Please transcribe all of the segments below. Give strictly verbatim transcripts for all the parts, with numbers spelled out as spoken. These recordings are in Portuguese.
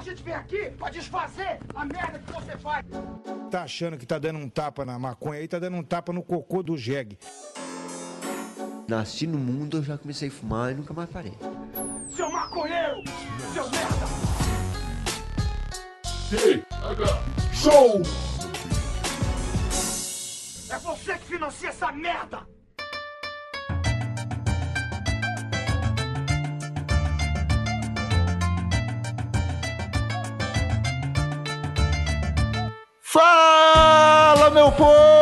gente vem aqui pra desfazer a merda que você faz. Tá achando que tá dando um tapa na maconha aí, tá dando um tapa no cocô do jegue. Nasci no mundo, eu já comecei a fumar e nunca mais parei. Seu maconheiro! Seu merda! T H Show! É você que financia essa merda! Fala, meu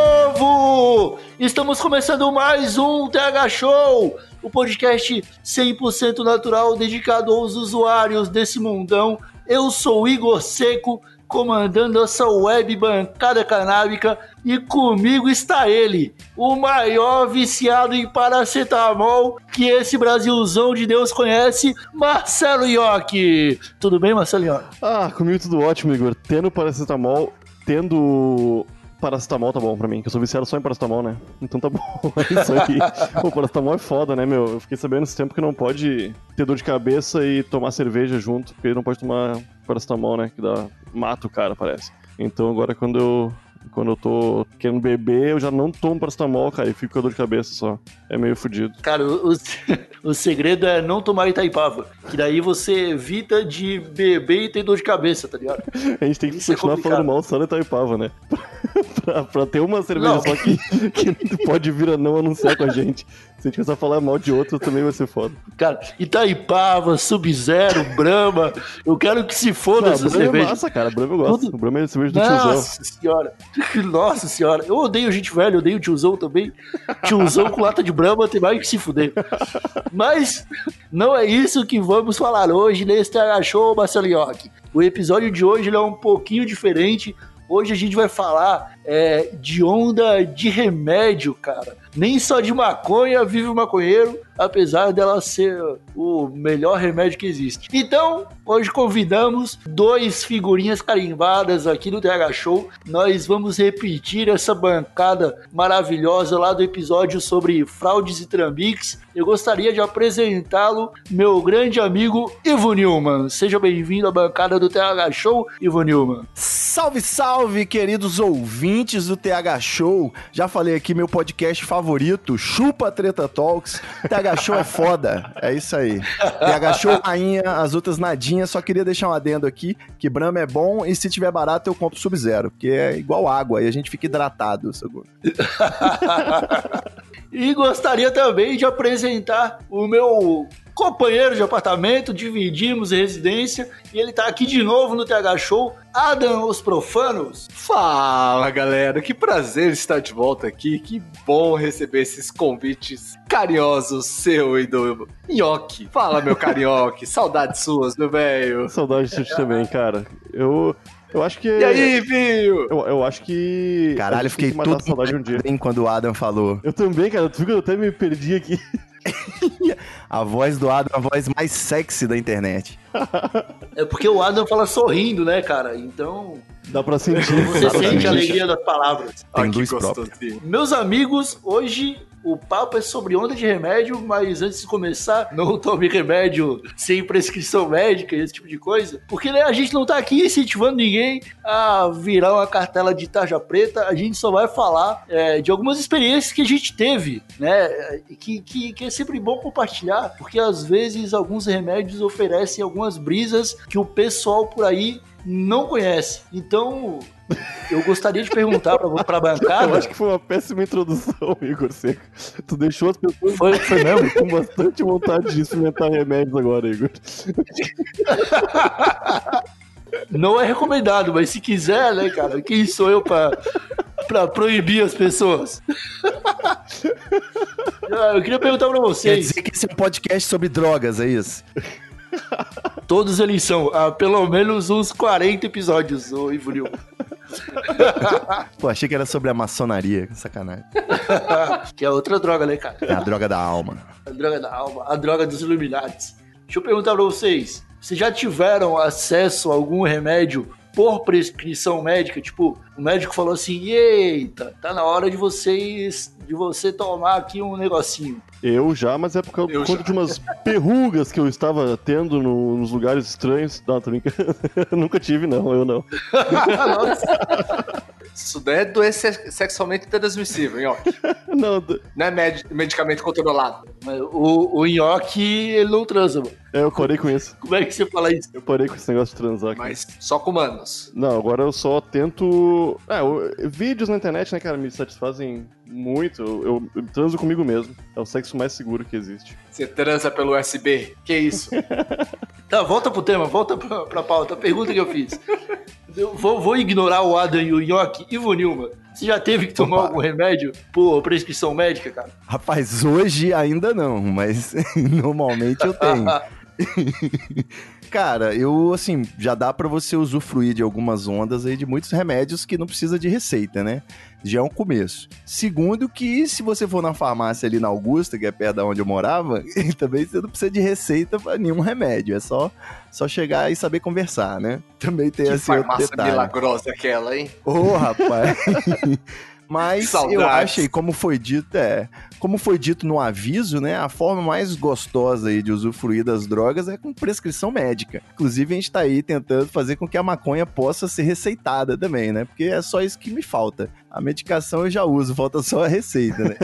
povo! Estamos começando mais um T H Show, o podcast cem por cento natural dedicado aos usuários desse mundão. Eu sou o Igor Seco, comandando essa web bancada canábica, e comigo está ele, o maior viciado em paracetamol que esse Brasilzão de Deus conhece, Marcelo Iocchi. Tudo bem, Marcelo Iocchi? Ah, comigo tudo ótimo, Igor. Tendo paracetamol, tendo paracetamol tá bom pra mim, que eu sou viciado só em paracetamol, né? Então tá bom, é isso aí. O paracetamol é foda, né, meu? Eu fiquei sabendo esse tempo que não pode ter dor de cabeça e tomar cerveja junto, porque não pode tomar paracetamol, né? Que dá... mata o cara, parece. Então agora quando eu... Quando eu tô querendo beber, eu já não tomo paracetamol, cara, e fico com a dor de cabeça só. É meio fodido. Cara, o, o segredo é não tomar Itaipava, que daí você evita de beber e ter dor de cabeça, tá ligado? A gente tem que Isso continuar é falando mal só da Itaipava, né? pra, pra ter uma cerveja não. só que, que pode vir a não anunciar com a gente. Se a gente começar a falar mal de outro, também vai ser foda. Cara, Itaipava, Sub-Zero, Brahma, eu quero que se foda não, essa Brahma cerveja. É massa, cara, Brahma eu gosto. Tudo... O Brahma é cerveja do Nossa tiozão. Nossa senhora, nossa senhora. Eu odeio gente velha, eu odeio tiozão também. Tiozão com lata de Brahma tem mais que se fuder. Mas não é isso que vamos falar hoje nesse T H Show, Marcelo Iocchi. O episódio de hoje ele é um pouquinho diferente. Hoje a gente vai falar é, de onda de remédio, cara. Nem só de maconha vive o maconheiro, apesar dela ser o melhor remédio que existe. Então, hoje convidamos dois figurinhas carimbadas aqui no T H Show. Nós vamos repetir essa bancada maravilhosa lá do episódio sobre fraudes e trambiques. Eu gostaria de apresentá-lo, meu grande amigo Ivo Newman. Seja bem-vindo à bancada do T H Show, Ivo Newman. Salve, salve, queridos ouvintes do T H Show. Já falei aqui meu podcast favorito, Chupa Treta Talks. T H Show é foda, é isso aí. T H Show rainha, as outras nadinha. Só queria deixar um adendo aqui, que Brahma é bom e se tiver barato eu compro Sub-Zero, porque é igual água e a gente fica hidratado. E gostaria também de apresentar o meu companheiro de apartamento, dividimos residência, e ele tá aqui de novo no T H Show, Adam Os Profanos. Fala, galera, que prazer estar de volta aqui, que bom receber esses convites carinhosos seu e do Iocchi. Fala, meu carinhoque, saudades suas, meu velho. Saudades de ti também, cara. Eu... Eu acho que... E aí, filho? Eu, eu acho que... Caralho, eu fiquei tudo saudade um dia. Bem quando o Adam falou. Eu também, cara. Tu viu que eu até me perdi aqui. A voz do Adam é a voz mais sexy da internet. É porque o Adam fala sorrindo, né, cara? Então... Dá pra sentir. Você sente a alegria das palavras. Tem ah, luz própria. Meus amigos, hoje... O papo é sobre onda de remédio, mas antes de começar, não tome remédio sem prescrição médica e esse tipo de coisa. Porque né, a gente não tá aqui incentivando ninguém a virar uma cartela de tarja preta. A gente só vai falar é, de algumas experiências que a gente teve, né? Que, que, que é sempre bom compartilhar, porque às vezes alguns remédios oferecem algumas brisas que o pessoal por aí não conhece. Então... eu gostaria de perguntar pra, pra bancada... Eu acho que foi uma péssima introdução, Igor Seco. Tu deixou as pessoas foi, foi mesmo? com bastante vontade de experimentar remédios agora, Igor. Não é recomendado, mas se quiser, né, cara? Quem sou eu pra, pra proibir as pessoas? Eu queria perguntar pra vocês... Quer dizer que esse é um podcast sobre drogas, é isso? Todos eles são, há pelo menos uns quarenta episódios, ô Ivo Newman. Pô, achei que era sobre a maçonaria, sacanagem. Que é outra droga, né, cara? É a droga da alma. A droga da alma, a droga dos Illuminatis. Deixa eu perguntar pra vocês, vocês já tiveram acesso a algum remédio por prescrição médica, tipo, o médico falou assim, eita, tá na hora de vocês, de você tomar aqui um negocinho. Eu já, mas é por causa Eu por conta já. de umas perrugas que eu estava tendo no- nos lugares estranhos. Não, tô brincando. Nunca tive, não, eu não. Isso daí é doença sexualmente transmissível, Nhoque. Não, d- Não é med- medicamento controlado. Mas o, o nhoque, ele não transa, mano. é, eu parei com isso. Como é que você fala isso? Eu parei com esse negócio de transar aqui. Mas só com humanos. Não, agora eu só tento. É, eu- vídeos na internet, né, cara, me satisfazem muito. Eu, eu, eu transo comigo mesmo. É o sexo mais seguro que existe. Você transa pelo U S B. Que isso? Tá, volta pro tema, volta pra, pra pauta. A pergunta que eu fiz. Eu vou, vou ignorar o Adam e o Nhoque. Ivo Nilma, você já teve que tomar Opa. algum remédio por prescrição médica, cara? Rapaz, hoje ainda não, mas normalmente eu tenho. Cara, eu, assim, já dá pra você usufruir de algumas ondas aí de muitos remédios que não precisa de receita, né? Já é um começo. Segundo que, se você for na farmácia ali na Augusta, que é perto da onde eu morava, também você não precisa de receita pra nenhum remédio. É só, só chegar e saber conversar, né? Também tem Que esse outro farmácia detalhe. milagrosa aquela, hein? Ô, rapaz. Mas Saudades. eu achei, como foi dito, é, como foi dito no aviso, né, a forma mais gostosa aí de usufruir das drogas é com prescrição médica. Inclusive, a gente tá aí tentando fazer com que a maconha possa ser receitada também, né? Porque é só isso que me falta. A medicação eu já uso, falta só a receita, né?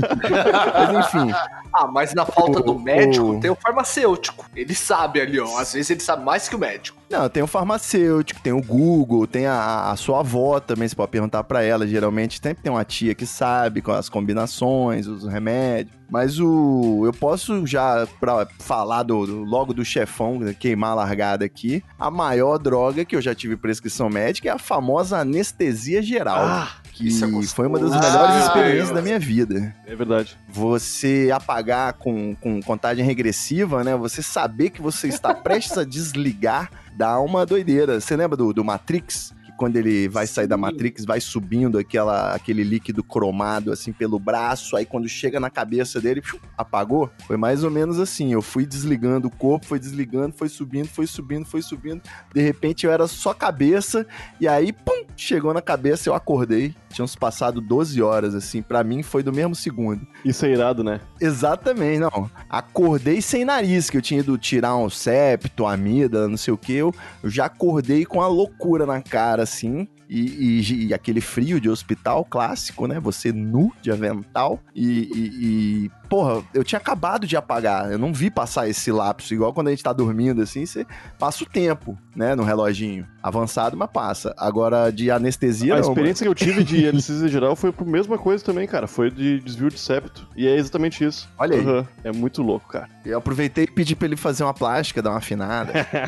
Mas enfim, Ah, mas na falta do O- médico o- tem o farmacêutico. Ele sabe ali, ó. Às vezes ele sabe mais que o médico. não, tem o farmacêutico, tem o Google, tem a, a sua avó também, você pode perguntar pra ela. Geralmente sempre tem uma tia que sabe com as combinações, os remédios. Mas o eu posso já, pra falar do, do- logo do chefão, né, queimar a largada aqui, a maior droga que eu já tive prescrição médica é a famosa anestesia geral. Ah, que isso é gostoso. foi uma das Ah, melhores meu experiências Deus. da minha vida. É verdade. Você apagar com, com contagem regressiva, né? Você saber que você está prestes a desligar, dá uma doideira. Você lembra do, do Matrix? Que quando ele vai sair da Matrix, vai subindo aquela, aquele líquido cromado, assim, pelo braço. Aí quando chega na cabeça dele, piu, apagou. Foi mais ou menos assim. Eu fui desligando o corpo, foi desligando, foi subindo, foi subindo, foi subindo. De repente eu era só cabeça. E aí, pum, chegou na cabeça, eu acordei. Tinham se passado doze horas, assim. Pra mim foi do mesmo segundo. Isso é irado, né? Exatamente, não. Acordei sem nariz, que eu tinha ido tirar um septo, amígdala, não sei o que. Eu, eu já acordei com a loucura na cara, assim. E, e- e aquele frio de hospital clássico, né? Você nu de avental. E, e- e, porra, eu tinha acabado de apagar. Eu não vi passar esse lapso. Igual quando a gente tá dormindo, assim, você passa o tempo, né? No reloginho. Avançado, mas passa. Agora, de anestesia, A não. experiência que eu tive de anestesia geral foi por mesma coisa também, cara. Foi de desvio de septo. E é exatamente isso. Olha aí. Aham. É muito louco, cara. mano. Eu aproveitei e pedi pra ele fazer uma plástica, dar uma afinada.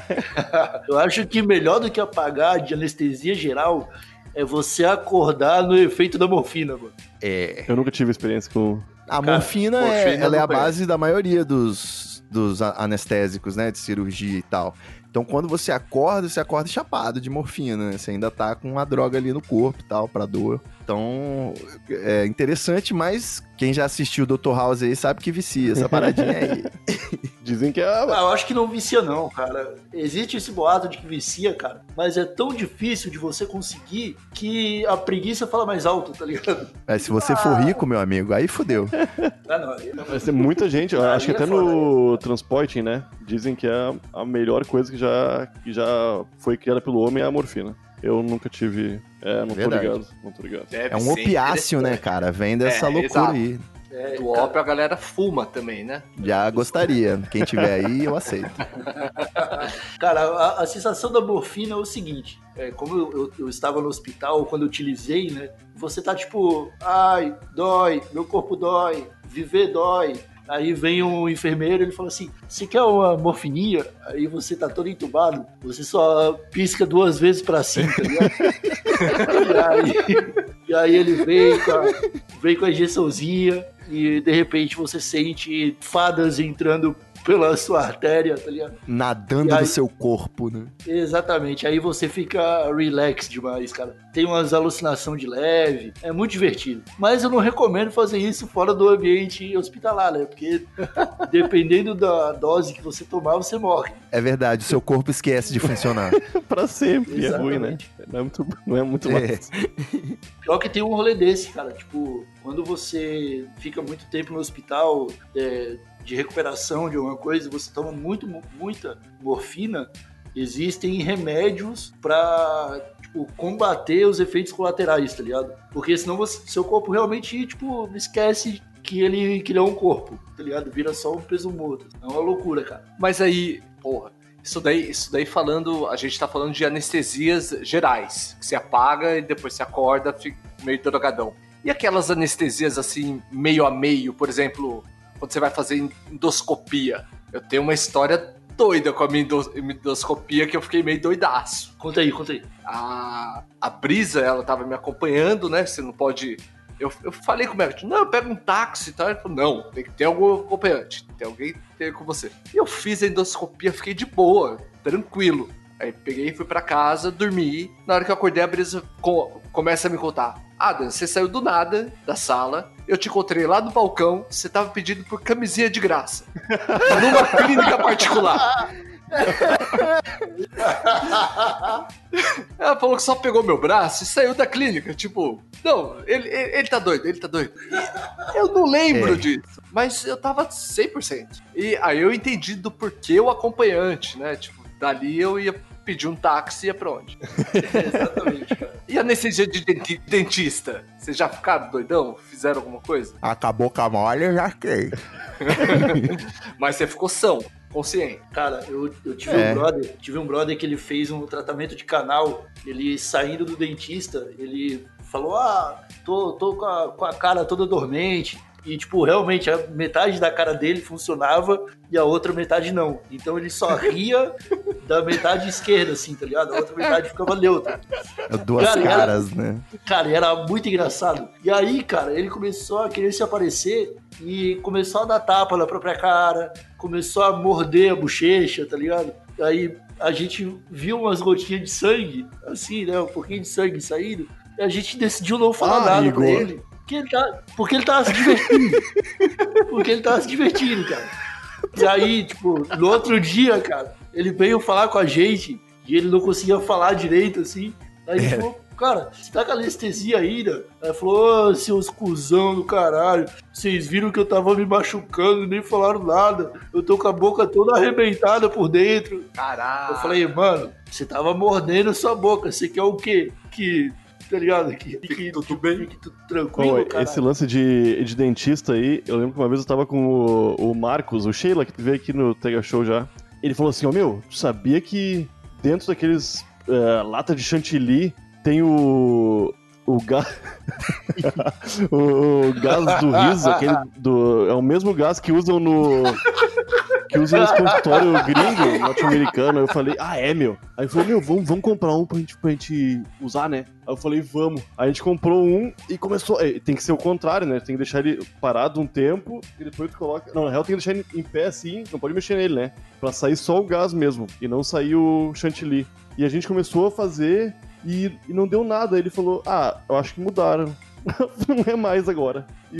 Eu acho que melhor do que apagar de anestesia geral é você acordar no efeito da morfina, mano. É. Eu nunca tive experiência com. A Cara, morfina, é, morfina ela é não a conheço. base da maioria dos, dos a- anestésicos, né? De cirurgia e tal. Então, quando você acorda, você acorda chapado de morfina, né? Você ainda tá com a droga ali no corpo e tal, pra dor. Então, é interessante, mas quem já assistiu o doutor House aí sabe que vicia essa paradinha aí. Dizem que é. Ah, eu acho que não vicia não, cara. Existe esse boato de que vicia, cara, mas é tão difícil de você conseguir que a preguiça fala mais alto, tá ligado? Mas se você for rico, meu amigo, aí fudeu. Ah, não, aí não. Vai ser muita gente, eu Ah, acho que aí é até no Transporting, né? Dizem que é a melhor coisa que já, que já foi criada pelo homem é a morfina. Eu nunca tive. É, não tô Verdade. ligado. Não tô ligado. Deve É um ser opiáceo, né, interessante. cara? Vem dessa É, loucura exato. aí. É, Do cara, ópio a galera fuma também, né? Já gostaria. Quem tiver aí, eu aceito. cara, a, a sensação da morfina é o seguinte: é, como eu, eu- eu estava no hospital, quando eu utilizei, né? Você tá tipo, ai, dói, meu corpo dói, viver dói. Aí vem um enfermeiro, ele fala assim: você quer uma morfininha? Aí você tá todo entubado, você só pisca duas vezes pra cima, tá ligado? e, aí, e aí ele vem com a, vem com a injeçãozinha e de repente você sente fadas entrando pela sua artéria, tá ligado? Nadando aí, do seu corpo, né? Exatamente, aí você fica relax demais, cara. Tem umas alucinações de leve, é muito divertido. Mas eu não recomendo fazer isso fora do ambiente hospitalar, né? Porque dependendo da dose que você tomar, você morre. É verdade, o seu corpo esquece de funcionar. Pra sempre, Exatamente. é ruim, né? Não é muito, não é muito É. massa. Pior que tem um rolê desse, cara. Tipo, quando você fica muito tempo no hospital é, de recuperação de alguma coisa, você toma muito, muita morfina, existem remédios pra, tipo, combater os efeitos colaterais, tá ligado? Porque senão você, seu corpo realmente, tipo, esquece que ele, que ele é um corpo, tá ligado? Vira só um peso morto. É uma loucura, cara. Mas aí, porra, isso daí, isso daí falando, a gente tá falando de anestesias gerais, que você apaga e depois você acorda, fica meio drogadão. E aquelas anestesias assim, meio a meio, por exemplo, quando você vai fazer endoscopia. Eu tenho uma história doida com a minha endoscopia que eu fiquei meio doidaço. Conta aí, conta aí. A, a Brisa, ela tava me acompanhando, né? Você não pode... Eu, eu falei com o médico, não, eu pego um táxi e tal. Ele falou, não, tem que ter algum acompanhante, tem alguém que ter com você. E eu fiz a endoscopia, fiquei de boa, tranquilo. Aí peguei, fui pra casa, dormi. Na hora que eu acordei, a Brisa co- começa a me contar. Adam, você saiu do nada da sala, eu te encontrei lá no balcão, você tava pedindo por camisinha de graça. Numa clínica particular. Ela falou que só pegou meu braço e saiu da clínica. Tipo, não, ele, ele, ele tá doido, ele tá doido. E eu não lembro É. disso, mas eu tava cem por cento. E aí eu entendi do porquê o acompanhante, né? Tipo, dali eu ia pedir um táxi e ia pra onde? Exatamente, cara. E anestesia de denti- dentista? Vocês já ficaram doidão? Fizeram alguma coisa? Acabou com a mole, eu já fiquei. Mas você ficou são, consciente. Cara, eu, eu tive É. um brother, tive um brother que ele fez um tratamento de canal, ele saindo do dentista, ele falou, ah, tô, tô com, a, com a cara toda dormente, e tipo, realmente, a metade da cara dele funcionava e a outra metade não. Então ele só ria da metade esquerda, assim, tá ligado? A outra metade ficava neutra. Duas Cara, caras, né? Cara, era muito engraçado. E aí, cara, ele começou a querer se aparecer e começou a dar tapa na própria cara, começou a morder a bochecha, tá ligado? Aí a gente viu umas gotinhas de sangue, assim, né? Um pouquinho de sangue saindo, e a gente decidiu não falar Ah, nada Igor. pra ele. Porque ele, tá, porque ele tava se divertindo. Porque ele tava se divertindo, cara. E aí, tipo, no outro dia, cara, ele veio falar com a gente e ele não conseguia falar direito, assim. Aí ele falou, cara, você tá com anestesia ainda? Aí falou, ô, seus cuzão do caralho, vocês viram que eu tava me machucando e nem falaram nada. Eu tô com a boca toda arrebentada por dentro. Caralho. Eu falei, mano, você tava mordendo sua boca, você quer o quê? Que, tá ligado? Que, que tudo bem? Fique tudo tranquilo, Pô, cara. esse lance de, de dentista aí, eu lembro que uma vez eu tava com o, o Marcos, o Sheila, que veio aqui no Tega Show já. Ele falou assim, ó, meu, tu sabia que dentro daqueles uh, lata de chantilly tem o... O gás... o, o gás do riso, aquele do... É o mesmo gás que usam no... Que usam nos consultórios gringo, norte-americano. Aí eu falei, ah, é, meu? Aí ele falou, meu, vamos, vamos comprar um pra gente, pra gente usar, né? Aí eu falei, vamos. Aí a gente comprou um e começou... É, tem que ser o contrário, né? Tem que deixar ele parado um tempo e depois tu coloca... Não, na real tem que deixar ele em pé assim, não pode mexer nele, né? Pra sair só o gás mesmo e não sair o chantilly. E a gente começou a fazer... E, e não deu nada. Ele falou, ah, eu acho que mudaram. Não é mais agora. E,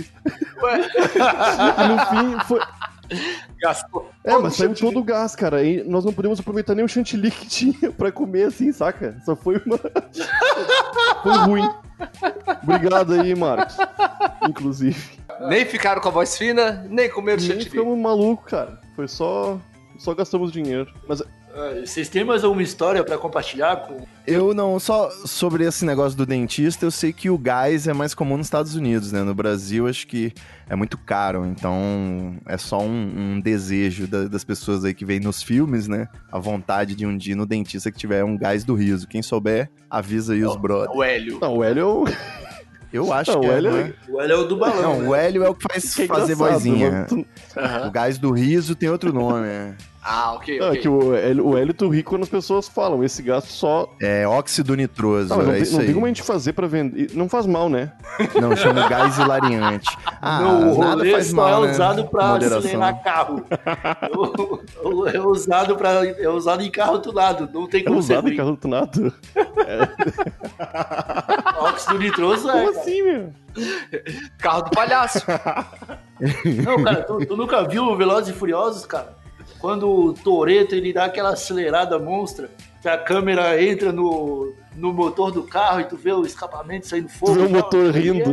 e no fim foi... Gastou. É, mas saiu todo o gás, cara. E nós não podemos aproveitar nem o chantilly que tinha pra comer assim, saca? Só foi uma... Foi ruim. Obrigado aí, Marcos. Inclusive. Nem ficaram com a voz fina, nem comeram Nem chantilly. ficamos malucos, cara. Foi só... Só gastamos dinheiro. Mas Ah, vocês têm mais alguma história pra compartilhar com... Eu não, só sobre esse negócio do dentista, eu sei que o gás é mais comum nos Estados Unidos, né? No Brasil, acho que é muito caro, então é só um, um desejo da- das pessoas aí que veem nos filmes, né? A vontade de um dia ir no dentista que tiver um gás do riso. Quem souber, avisa aí os brothers. O Hélio. não, o Hélio... Eu acho Não, que o é, Hélio- né? O Hélio é o do balão, Não, né? o Hélio é o que faz que é fazer engraçado, vozinha. mano. Tu- O gás do riso tem outro nome, né? Ah, ok, Não, ok. é que o, Hélio- o Hélito ri quando as pessoas falam, esse gasto só... É óxido nitroso, Não, mas não, é tem, isso não aí. tem como a gente fazer pra vender. Não faz mal, né? Não, chama gás hilariante. Ah, não, o nada rolê faz só mal, é né? usado pra Moderação. acelerar carro. O- é, usado pra, é usado em carro tunado, não tem É como ser usado em ruim. carro tunado. Óxido nitroso é, Como cara. assim, meu? Carro do palhaço. Não, cara, tu, tu nunca viu o Velozes e Furiosos, cara? Quando o Toretto, ele dá aquela acelerada monstra, que a câmera entra no, no motor do carro e tu vê o escapamento saindo fogo. Tu vê o e tal. motor rindo.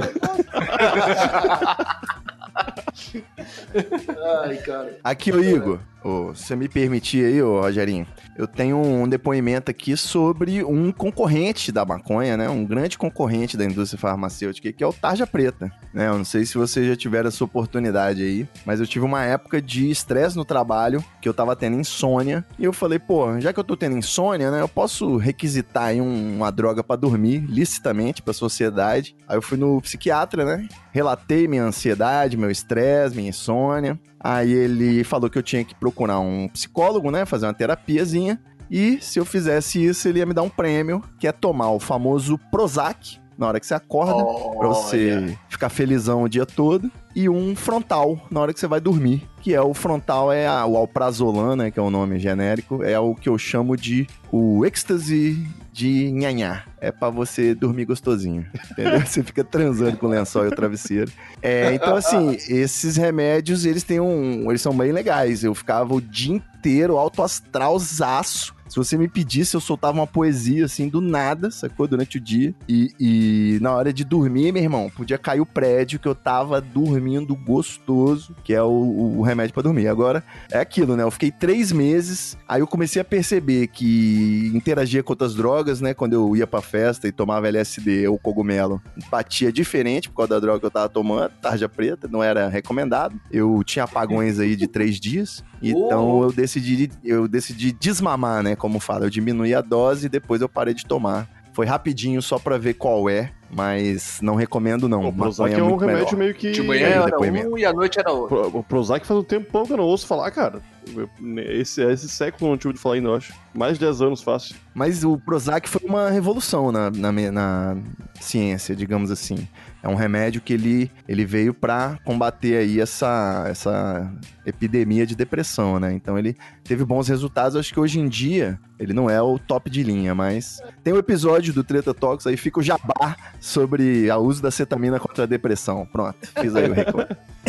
Ai, cara. Aqui, ô Igor, ô, se você me permitir aí, ô Rogerinho, eu tenho um depoimento aqui sobre um concorrente da maconha, né? Um grande concorrente da indústria farmacêutica, que é o Tarja Preta, né? Eu não sei se vocês já tiveram essa oportunidade aí, mas eu tive uma época de estresse no trabalho, que eu tava tendo insônia, e eu falei, pô, já que eu tô tendo insônia, né? Eu posso requisitar aí um- uma droga pra dormir, licitamente, pra sociedade. Aí eu fui no psiquiatra, né? Relatei minha ansiedade, meu estresse, minha insônia. Aí ele falou que eu tinha que procurar um psicólogo, né? Fazer uma terapiazinha. E se eu fizesse isso, ele ia me dar um prêmio, que é tomar o famoso Prozac, na hora que você acorda, pra você ficar felizão o dia todo. E um frontal, na hora que você vai dormir. Que é o frontal, é a, o alprazolam, né? Que é o nome genérico. É o que eu chamo de o êxtase de nhanhá. É pra você dormir gostosinho, entendeu? Você fica transando com o lençol e o travesseiro. É, então, assim, esses remédios, eles têm um... Eles são bem legais. Eu ficava o dia inteiro alto astralzaço. Se você me pedisse, eu soltava uma poesia, assim, do nada, sacou? Durante o dia. E, e na hora de dormir, meu irmão, podia cair o prédio que eu tava dormindo gostoso, que é o, o remédio pra dormir. Agora, é aquilo, né? Eu fiquei três meses, aí eu comecei a perceber que interagia com outras drogas, né? Quando eu ia pra festa e tomava L S D ou cogumelo, batia diferente por causa da droga que eu tava tomando, tarja preta, não era recomendado. Eu tinha apagões aí de três dias, então eu decidi, eu decidi desmamar, né? Como fala, eu diminuí a dose e depois eu parei de tomar. Foi rapidinho só pra ver qual é, mas não recomendo não. O Prozac Maconha é um muito remédio melhor. meio que... De manhã Aí, era depoimento. um e à noite era outro. Pro- O Prozac faz um tempão que eu não ouço falar, cara. Eu- Esse, esse século eu não tive de falar ainda, eu acho. Mais de dez anos fácil. Mas o Prozac foi uma revolução na, na, me- na ciência, digamos assim. É um remédio que ele, ele veio pra combater aí essa, essa epidemia de depressão, né? Então ele teve bons resultados. Acho que hoje em dia ele não é o top de linha, mas tem um episódio do Treta Talks, aí fica o jabá sobre o uso da cetamina contra a depressão. Pronto, fiz aí o reclame.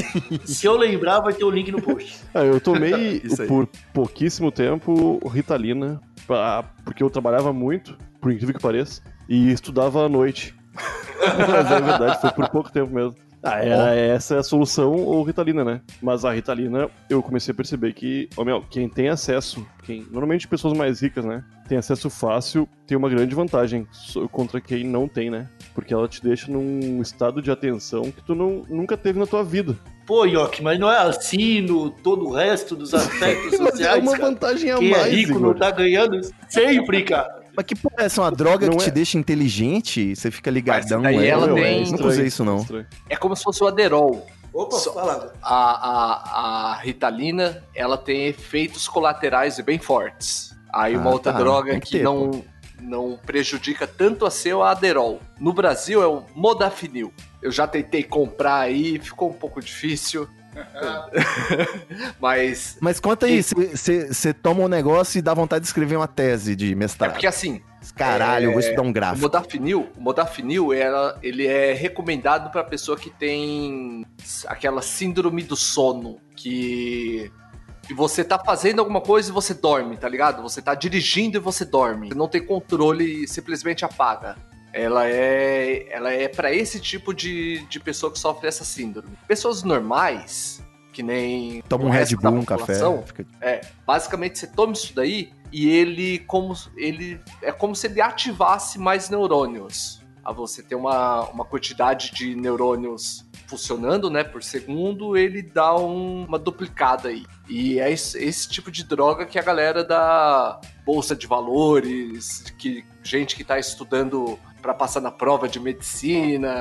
Se eu lembrar, vai ter o link no post. Ah, eu tomei Isso aí. por pouquíssimo tempo Ritalina, pra- porque eu trabalhava muito, por incrível que pareça, e estudava à noite. Mas é verdade, foi por pouco tempo mesmo. Ah, era essa a solução ou Ritalina, né? Mas a Ritalina, eu comecei a perceber que, ó, meu, quem tem acesso, quem, normalmente pessoas mais ricas, né? Tem acesso fácil, tem uma grande vantagem so- contra quem não tem, né? Porque ela te deixa num estado de atenção que tu não, nunca teve na tua vida. Pô, Yoki, mas não é assim no todo o resto dos aspectos Mas é sociais, uma cara? vantagem a Quem mais, é rico Igor. não tá ganhando sempre, cara. Mas que porra é essa? Uma droga Não que é- te deixa inteligente? Você fica ligadão? Mas daí é? ela Meu, tem- Nunca estranho, usei isso, não. estranho. É como se fosse o Aderol. Opa, Só- fala. A, a, a Ritalina, ela tem efeitos colaterais bem fortes. Aí uma Ah, outra tá. droga Tem que que, ter, não, não prejudica tanto a seu é a Aderol. No Brasil é o Modafinil. Eu já tentei comprar aí, ficou um pouco difícil. Mas Mas conta aí, você toma um negócio e dá vontade de escrever uma tese de é mestrado. porque assim, Caralho, eu vou estudar um o gráfico. Modafinil, o Modafinil ela, ele é recomendado para pessoa que tem aquela síndrome do sono, que que você tá fazendo alguma coisa e você dorme, tá ligado? Você tá dirigindo e você dorme. Você não tem controle e simplesmente apaga. Ela é, ela é para esse tipo de, de pessoa que sofre essa síndrome. Pessoas normais, que nem Toma o um Red resto da Bull, um café. população, Fica... é, basicamente você toma isso daí e ele como ele é como se ele ativasse mais neurônios. A você ter uma, uma quantidade de neurônios funcionando, né, por segundo, ele dá um- uma duplicada aí. E é esse, esse tipo de droga que a galera da bolsa de valores, que gente que tá estudando para passar na prova de medicina,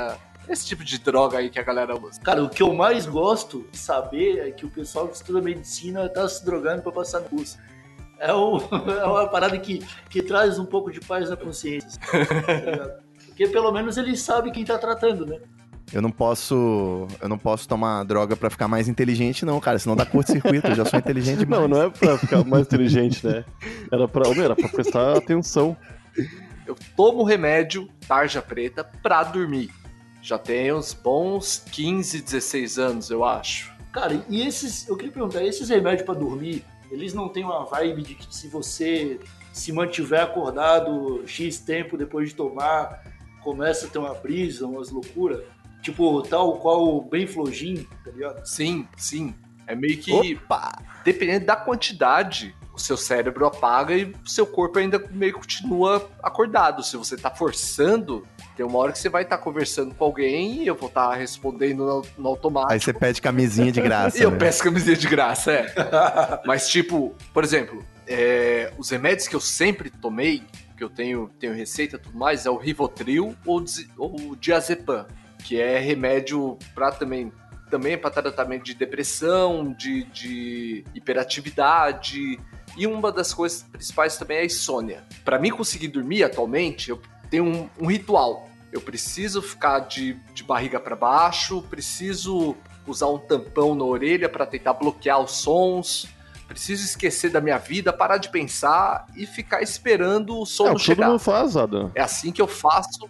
Esse tipo de droga aí que a galera usa. Cara, o que eu mais gosto de saber é que o pessoal que estuda medicina tá se drogando pra passar no curso. É, o, é uma parada que, que traz um pouco de paz na consciência. Tá, porque pelo menos ele sabe quem tá tratando, né? Eu não posso. Eu não posso tomar droga pra ficar mais inteligente, não, cara. Senão dá curto-circuito. Eu já sou inteligente demais. Não, não é pra ficar mais inteligente, né? Era pra, era pra prestar atenção. Eu tomo remédio, tarja preta, pra dormir. Já tem uns bons quinze, dezesseis anos, eu acho. Cara, e esses. Eu queria perguntar, esses remédios pra dormir, eles não têm uma vibe de que se você se mantiver acordado X tempo depois de tomar, começa a ter uma brisa, umas loucuras? Tipo, tal qual o Benflogin, tá ligado? Sim, sim. É meio que, Opa! dependendo da quantidade, o seu cérebro apaga e o seu corpo ainda meio que continua acordado. Se você tá forçando, tem uma hora que você vai estar tá conversando com alguém e eu vou estar tá respondendo no, no automático. Aí você pede camisinha de graça. E eu né? peço camisinha de graça, é. Mas tipo, por exemplo, é, os remédios que eu sempre tomei, que eu tenho, tenho receita e tudo mais, é o Rivotril ou, ou o Diazepam, que é remédio para também, também para tratamento de depressão, de, de hiperatividade, e uma das coisas principais também é a insônia. Para mim conseguir dormir atualmente, eu tenho um, um ritual. Eu preciso ficar de, de barriga para baixo, preciso usar um tampão na orelha para tentar bloquear os sons, preciso esquecer da minha vida, parar de pensar e ficar esperando o sono é, o chegar. Todo mundo faz, Adam. É assim que eu faço...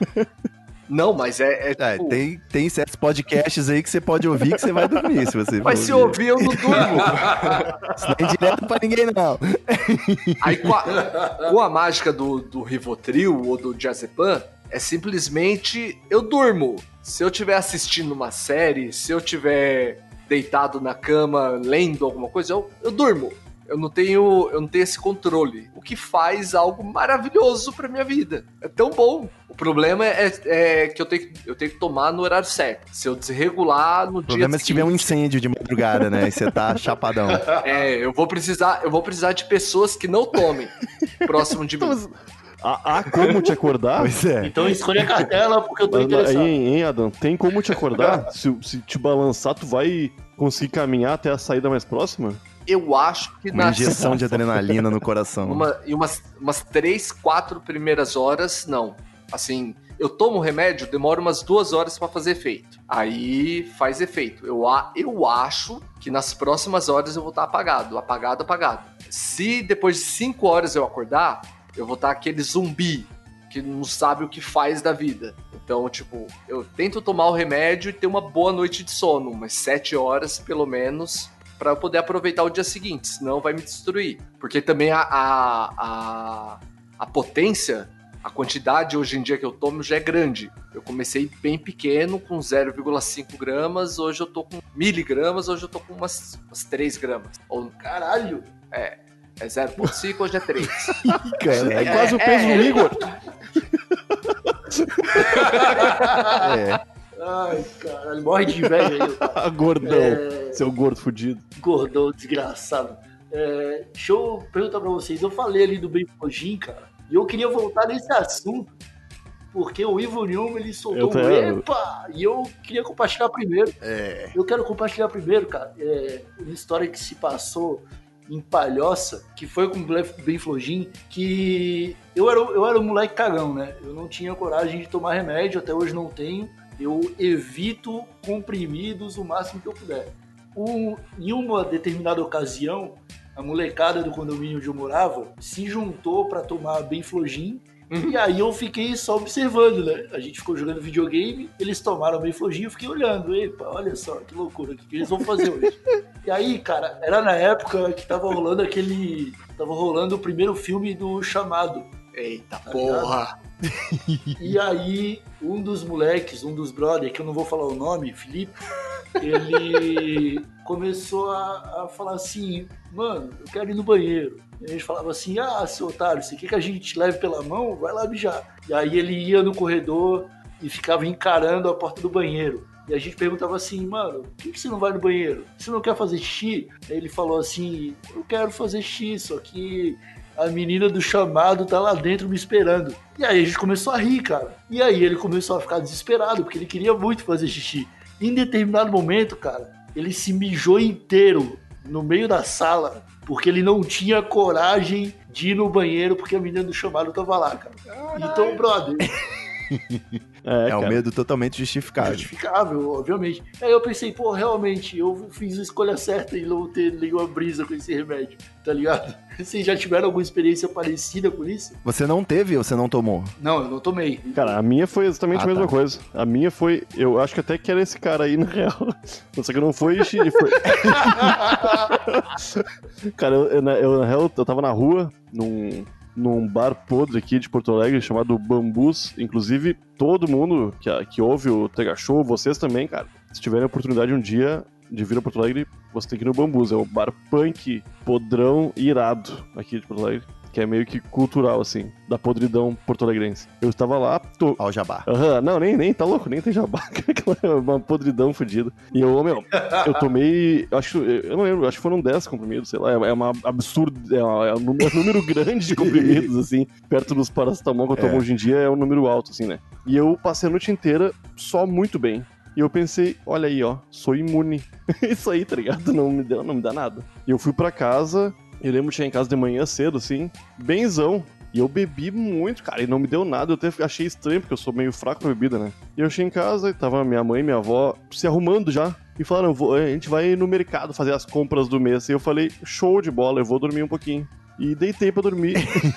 Não, mas é... é, é tipo... tem, tem certos podcasts aí que você pode ouvir que você vai dormir, se você Mas se ouvir, eu não durmo. Isso não é direto pra ninguém, não. Aí, com a, com a mágica do, do Rivotril ou do Diazepam, é simplesmente eu durmo. Se eu estiver assistindo uma série, se eu estiver deitado na cama, lendo alguma coisa, eu, eu durmo. Eu não tenho, eu não tenho esse controle. O que faz algo maravilhoso pra minha vida. É tão bom. O problema é, é que eu tenho, eu tenho que tomar no horário certo. Se eu desregular no dia seguinte... O problema é se tiver um incêndio de madrugada, né? E você tá chapadão. É, eu vou precisar, eu vou precisar de pessoas que não tomem próximo de mim. Há, há como te acordar? Pois é. Então escolha a cartela porque eu tô interessado. Aí, hein, Adam? Tem como te acordar? se, se te balançar, tu vai conseguir caminhar até a saída mais próxima? Eu acho que... Uma nas... injeção de adrenalina no coração. Uma, e umas, umas três, quatro primeiras horas, não. Assim, eu tomo remédio, demora umas duas horas pra fazer efeito. Aí faz efeito. Eu, eu acho que nas próximas horas eu vou estar apagado. Apagado, apagado. Se depois de cinco horas eu acordar, eu vou estar aquele zumbi que não sabe o que faz da vida. Então, tipo, eu tento tomar o remédio e ter uma boa noite de sono. Umas sete horas, pelo menos... para eu poder aproveitar o dia seguinte, senão vai me destruir. Porque também a, a, a, a potência, a quantidade hoje em dia que eu tomo já é grande. Eu comecei bem pequeno, com zero vírgula cinco gramas, hoje eu tô com miligramas, hoje eu tô com umas, umas três gramas. Ou, caralho! É, é zero vírgula cinco, hoje é três. Cara, é, é quase o peso é, do Igor. É. Ai, caralho, morre de inveja aí. Gordão, é... seu gordo fudido. Gordão, desgraçado. É... Deixa eu perguntar pra vocês. Eu falei ali do Benflogin, cara, e eu queria voltar nesse assunto, porque o Ivo Newman, ele soltou um epa! E eu queria compartilhar primeiro. É. Eu quero compartilhar primeiro, cara, é... uma história que se passou em Palhoça, que foi com o Benflogin, que eu era, eu era um moleque cagão, né? Eu não tinha coragem de tomar remédio, até hoje não tenho. Eu evito comprimidos o máximo que eu puder. Um, em uma determinada ocasião, a molecada do condomínio onde eu morava se juntou para tomar Benflogin, uhum. E aí eu fiquei só observando, né? A gente ficou jogando videogame, eles tomaram Benflogin, eu fiquei olhando. Epa, olha só, que loucura, o que eles vão fazer hoje? E aí, cara, era na época que tava rolando aquele... Tava rolando o primeiro filme do Chamado. Eita tá porra! E aí, um dos moleques, um dos brothers, que eu não vou falar o nome, Felipe, ele começou a, a falar assim, mano, eu quero ir no banheiro. E a gente falava assim, ah, seu otário, você quer que a gente te leve pela mão? Vai lá mijar. E aí ele ia no corredor e ficava encarando a porta do banheiro. E a gente perguntava assim, mano, por que, que você não vai no banheiro? Você não quer fazer xixi? Aí ele falou assim, eu quero fazer xixi, só que a menina do chamado tá lá dentro me esperando. E aí a gente começou a rir, cara. E aí ele começou a ficar desesperado, porque ele queria muito fazer xixi. Em determinado momento, cara, ele se mijou inteiro no meio da sala, porque ele não tinha coragem de ir no banheiro, porque a menina do chamado tava lá, cara. Então, brother... É, é um medo totalmente justificável. Justificável, obviamente. Aí eu pensei, pô, realmente, eu fiz a escolha certa em não ter nenhuma brisa com esse remédio, tá ligado? Vocês já tiveram alguma experiência parecida com isso? Você não teve ou você não tomou? Não, eu não tomei. Cara, a minha foi exatamente Ah, a mesma tá. coisa. A minha foi, eu acho que até que era esse cara aí, na real. Só que não foi... foi... Cara, eu, eu, na- eu, na real, eu tava na rua, num... num bar podre aqui de Porto Alegre, chamado Bambus. Inclusive, todo mundo que, que ouve o Tega Show, vocês também, cara, se tiverem a oportunidade um dia de vir a Porto Alegre, você tem que ir no Bambus. É o bar punk, podrão irado aqui de Porto Alegre, que é meio que cultural, assim, da podridão porto-alegrense. Eu estava lá... Tô... Ao jabá. Aham, não, nem, nem, tá louco, nem tem jabá. Aquela é uma podridão fodida. E eu, meu, eu tomei, acho, eu não lembro, acho que foram dez comprimidos, sei lá, é uma absurda, é, uma, é um número, um número grande de comprimidos, assim, perto dos paracetamol que eu tomo É. hoje em dia, é um número alto, assim, né? E eu passei a noite inteira só muito bem. E eu pensei, olha aí, ó, sou imune. Isso aí, tá ligado? Não me, deu, não me dá nada. E eu fui pra casa, eu lembro de chegar em casa de manhã cedo, assim, benzão. E eu bebi muito, cara, e não me deu nada. Eu até achei estranho, porque eu sou meio fraco pra bebida, né? E eu cheguei em casa e tava minha mãe e minha avó se arrumando já. E falaram, vou, a gente vai no mercado fazer as compras do mês. E eu falei, show de bola, eu vou dormir um pouquinho. E deitei pra dormir.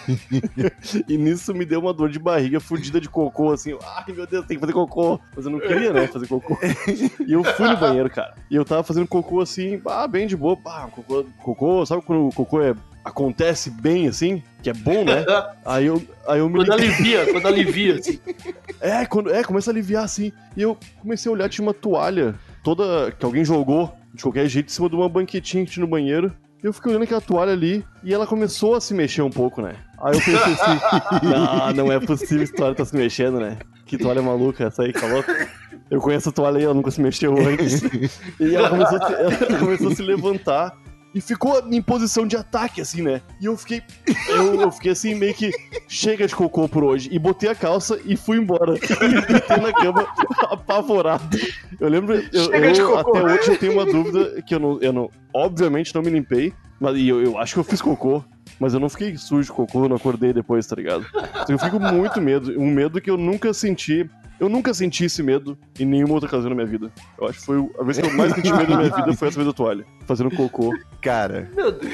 E nisso me deu uma dor de barriga fudida de cocô, assim. Ai, meu Deus, tem que fazer cocô. Mas eu não queria, né, fazer cocô. E eu fui no banheiro, cara. E eu tava fazendo cocô assim, ah, bem de boa. Ah, cocô, cocô, sabe quando o cocô é, acontece bem, assim? Que é bom, né? Aí eu, aí eu me Quando liguei. alivia, quando alivia, assim. É, quando, é, começa a aliviar assim. E eu comecei a olhar, tinha uma toalha toda que alguém jogou de qualquer jeito em cima de uma banquetinha que tinha no banheiro. E eu fiquei olhando aquela toalha ali e ela começou a se mexer um pouco, né? Aí eu pensei assim, não, não é possível essa toalha tá se mexendo, né? Que toalha maluca essa aí, calou? Eu conheço a toalha aí, ela nunca se mexeu antes. E ela começou a se, ela começou a se levantar e ficou em posição de ataque, assim, né? E eu fiquei, eu, eu fiquei assim, meio que chega de cocô por hoje. E botei a calça e fui embora. E deitei na cama, apavorado. Eu lembro, eu, Chega de eu cocô. até hoje eu tenho uma dúvida que eu não, eu não obviamente não me limpei, mas e eu, eu acho que eu fiz cocô. Mas eu não fiquei sujo de cocô, eu não acordei depois, tá ligado? Então eu fico com muito medo. Um medo que eu nunca senti. Eu nunca senti esse medo em nenhuma outra ocasião na minha vida. Eu acho que foi a vez que eu mais senti medo na minha vida foi essa vez da toalha. Fazendo cocô. Cara, Meu Deus.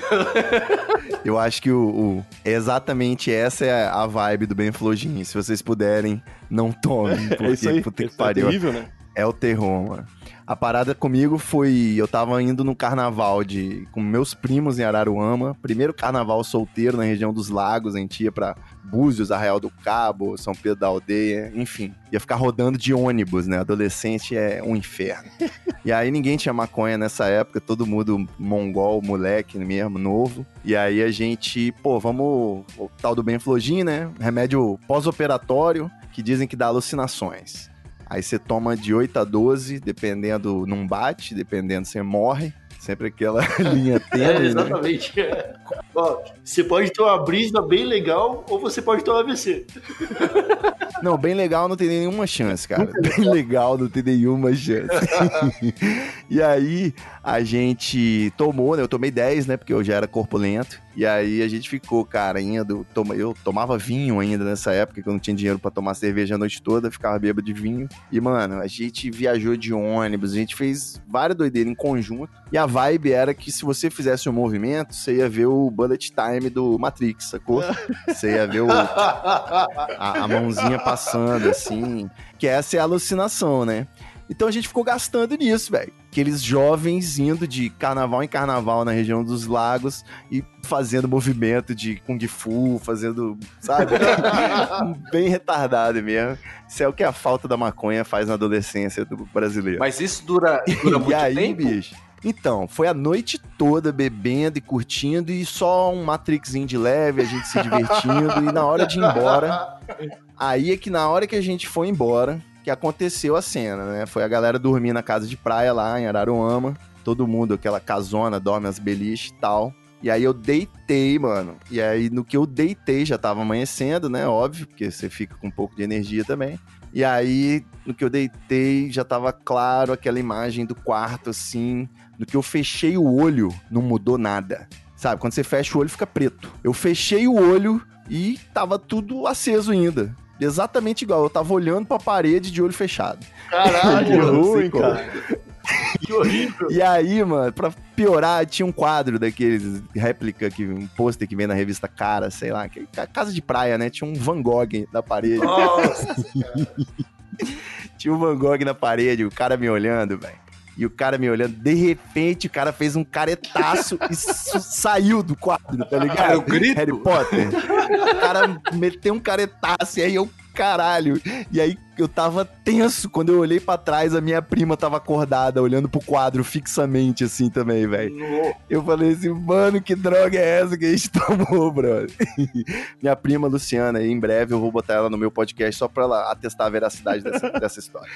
eu acho que o, o- exatamente essa é a vibe do Benflogin. Se vocês puderem, não tomem, porque É isso aí. puta que Isso é pariu. terrível, né? É o terror, mano. A parada comigo foi... Eu tava indo no carnaval de, com meus primos em Araruama. Primeiro carnaval solteiro na região dos lagos. A gente ia pra Búzios, Arraial do Cabo, São Pedro da Aldeia, enfim. Ia ficar rodando de ônibus, né? Adolescente é um inferno. E aí ninguém tinha maconha nessa época. Todo mundo mongol, moleque mesmo, novo. E aí a gente... Pô, vamos... O tal do Benflogin, né? Remédio pós-operatório que dizem que dá alucinações. Aí você toma de oito a doze, dependendo, não bate, dependendo, você morre. Sempre aquela linha É, tênue, né? exatamente. É. Ó, você pode ter uma brisa bem legal ou você pode ter um A V C. Não, bem legal não tem nenhuma chance, cara. Bem legal não tem nenhuma chance. E aí, a gente tomou, né? Eu tomei dez, né? Porque eu já era corpulento. E aí, a gente ficou, cara, indo... Toma, eu tomava vinho ainda nessa época, que eu não tinha dinheiro pra tomar cerveja a noite toda. Ficava bêbado de vinho. E, mano, a gente viajou de ônibus. A gente fez várias doideiras em conjunto. E a vibe era que se você fizesse um movimento, você ia ver o bullet time do Matrix, sacou? Você ia ver o... a, a mãozinha passando, assim. Que essa é a alucinação, né? Então a gente ficou gastando nisso, velho. Aqueles jovens indo de carnaval em carnaval na região dos lagos e fazendo movimento de Kung Fu, fazendo, sabe? Bem retardado mesmo. Isso é o que a falta da maconha faz na adolescência do brasileiro. Mas isso dura, dura muito e aí, tempo? bicho? Então, foi a noite toda bebendo e curtindo e só um Matrixinho de leve, a gente se divertindo e na hora de ir embora, aí é que na hora que a gente foi embora, que aconteceu a cena, né? Foi a galera dormir na casa de praia lá em Araruama, todo mundo, aquela casona, dorme as beliches e tal. E aí eu deitei, mano. E aí no que eu deitei, já tava amanhecendo, né? Óbvio, porque você fica com um pouco de energia também. E aí, no que eu deitei, já tava claro aquela imagem do quarto, assim. No que eu fechei o olho, não mudou nada. Sabe, quando você fecha o olho, fica preto. Eu fechei o olho e tava tudo aceso ainda. Exatamente igual, eu tava olhando pra parede de olho fechado. Caralho, Que ruim, cara. que horrível. E aí, mano, pra piorar, tinha um quadro daqueles réplica, que, um pôster que vem na revista Cara, sei lá, que, casa de praia, né? Tinha um Van Gogh na parede. Nossa, Tinha um Van Gogh na parede, o cara me olhando, velho. E o cara me olhando, de repente o cara fez um caretaço e su- saiu do quadro, tá ligado? Cara, eu grito. Harry Potter. O cara meteu um caretaço e aí eu, caralho. E aí eu tava tenso quando eu olhei pra trás, a minha prima tava acordada, olhando pro quadro fixamente assim também, velho. Eu falei assim, mano, que droga é essa que a gente tomou, brother? Minha prima Luciana, aí em breve eu vou botar ela no meu podcast só pra ela atestar a veracidade dessa, dessa história.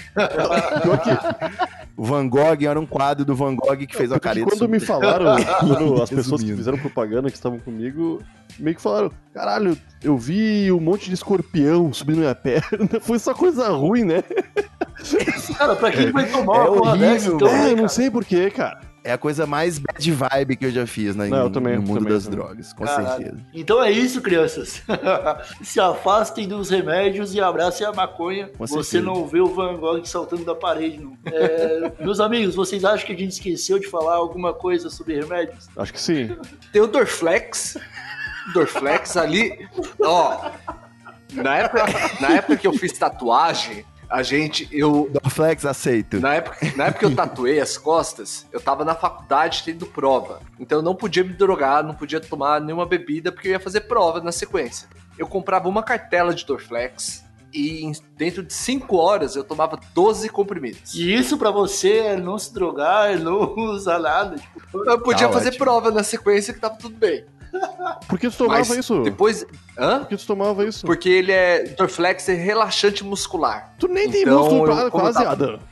O Van Gogh era um quadro do Van Gogh que fez a Porque careta. quando me falaram, quando as pessoas que Resumindo. fizeram propaganda, que estavam comigo, meio que falaram, caralho, eu vi um monte de escorpião subindo minha perna, foi só coisa ruim, né? cara, pra quem vai tomar É uma porra horrível, dessa, então, É, né, eu não cara? sei porquê, cara. É a coisa mais bad vibe que eu já fiz, né? Não, eu no, também, no mundo também, das também. drogas, com Caralho. certeza. Então é isso, crianças. Se afastem dos remédios e abracem a maconha. Com Você certeza. não vê o Van Gogh saltando da parede, não. É, meus amigos, vocês acham que a gente esqueceu de falar alguma coisa sobre remédios? Acho que sim. Tem o Dorflex. Dorflex ali, ó. Na época, na época que eu fiz tatuagem, a gente, eu... Dorflex, aceito. Na época, na época que eu tatuei as costas, eu tava na faculdade tendo prova. Então eu não podia me drogar, não podia tomar nenhuma bebida, porque eu ia fazer prova na sequência. Eu comprava uma cartela de Dorflex e em- dentro de cinco horas eu tomava doze comprimidos. E isso pra você é não se drogar, é não usar nada. Tipo, Eu podia Tá fazer ótimo. prova na sequência que tava tudo bem. Por que tu tomava Mas isso? depois... Hã? Por que tu tomava isso? Porque ele é... Dorflex é relaxante muscular. Tu nem tem Então, músculo eu- pra- como quase, tava- Adam.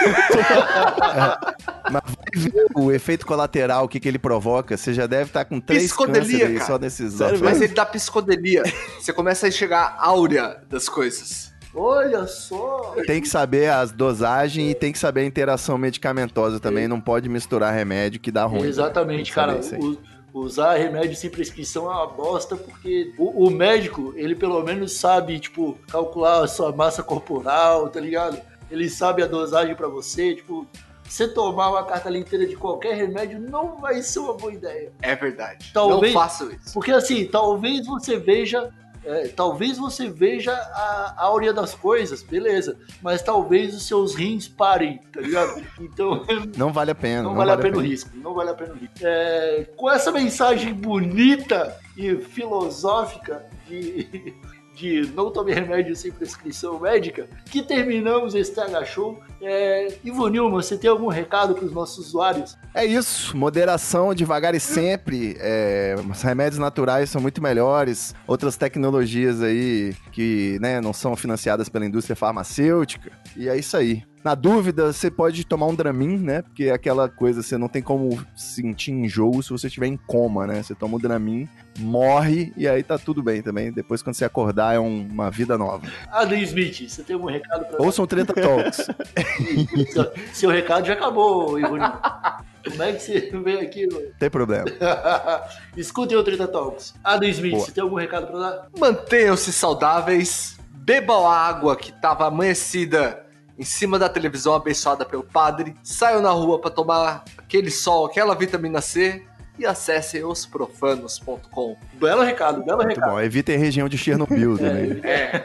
Mas vai ver o efeito colateral, o que, que ele provoca. Você já deve estar com três Psicodelia, cânceres aí cara. só nesses Sério Dorflex. Mas ele dá psicodelia. Você começa a enxergar a áurea das coisas. olha só. Tem que saber as dosagens e tem que saber a interação medicamentosa também. Não pode misturar remédio que dá ruim. Exatamente, Tem que cara. saber isso aí. U- Usar remédio sem prescrição é uma bosta, porque o, o médico, ele pelo menos sabe, tipo, calcular a sua massa corporal, tá ligado? Ele sabe a dosagem pra você, tipo, você tomar uma cartela inteira de qualquer remédio não vai ser uma boa ideia. É verdade. Talvez- Não façam isso. Porque assim, talvez você veja, é, talvez você veja a áurea das coisas, beleza, mas talvez os seus rins parem, tá ligado? Então, Não vale a pena. não, vale a pena o risco, não vale a pena o risco. É, com essa mensagem bonita e filosófica de, de não tome remédio sem prescrição médica, que terminamos esse T H Show. É, Ivo Nilman, você tem algum recado para os nossos usuários? É isso, moderação, devagar e sempre. É, os remédios naturais são muito melhores. Outras tecnologias aí que né, não são financiadas pela indústria farmacêutica. E é isso aí. Na dúvida, você pode tomar um Dramin, né? Porque é aquela coisa, você não tem como sentir enjoo se você estiver em coma, né? Você toma o Dramin, morre e aí tá tudo bem também. Depois, quando você acordar, é um- uma vida nova. Adam Smith, você tem algum recado para Ouçam o Treta Talks. seu, seu recado já acabou, Ivo Nilman. Como é que você veio aqui? Não tem problema. Escutem o Treta Talks. Adam Smith, Boa. você tem algum recado para dar? Mantenham-se saudáveis, bebam a água que estava amanhecida em cima da televisão abençoada pelo padre, saiam na rua para tomar aquele sol, aquela vitamina C e acessem os profanos ponto com. Belo recado, belo Muito recado. bom. Evitem a região de Chernobyl também.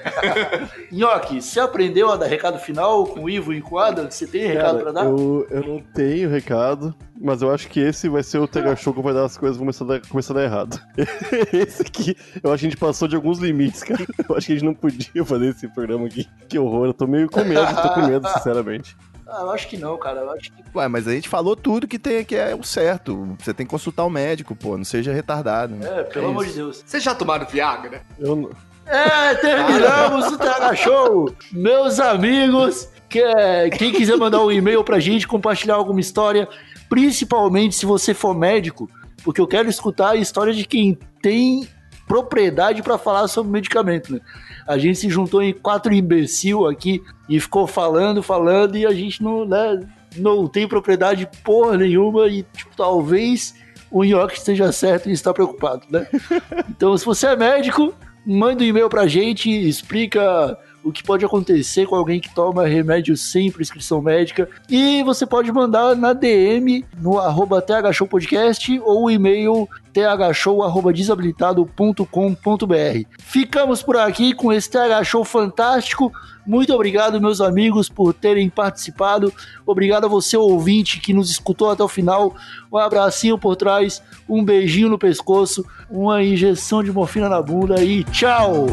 Nhoque, você aprendeu a dar recado final com o Ivo e com o Adam? Você tem recado Cara, pra dar? eu, eu não tenho recado, mas eu acho que esse vai ser o T H Show que vai dar as coisas começar a dar, começar a dar errado. Esse aqui, eu acho que a gente passou de alguns limites, cara. Eu acho que a gente não podia fazer esse programa aqui. Que horror, eu tô meio com medo, tô com medo, sinceramente. Ah, eu acho que não, cara. Eu acho que. Ué, mas a gente falou tudo que, tem, que é o certo. Você tem que consultar o médico, pô. Não seja retardado. Né? É, pelo amor isso. de Deus. Vocês já tomaram Viagra? Eu não... É, terminamos o T H Show. Meus amigos, que, quem quiser mandar um e-mail pra gente, compartilhar alguma história, principalmente se você for médico, porque eu quero escutar a história de quem tem propriedade para falar sobre medicamento, né? A gente se juntou em quatro imbecil aqui e ficou falando, falando, e a gente não, né, não tem propriedade porra nenhuma e tipo, talvez o Nhoque esteja certo e está preocupado, né? Então, se você é médico, manda um e-mail pra gente, explica o que pode acontecer com alguém que toma remédio sem prescrição médica. E você pode mandar na D M no arroba thshowpodcast ou o e-mail thshow arroba desabilitado ponto com ponto br. Ficamos por aqui com esse T H Show fantástico. Muito obrigado, meus amigos, por terem participado. Obrigado a você, ouvinte, que nos escutou até o final. Um abracinho por trás, um beijinho no pescoço, uma injeção de morfina na bunda e tchau!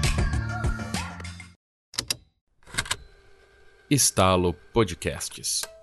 Estalo Podcasts.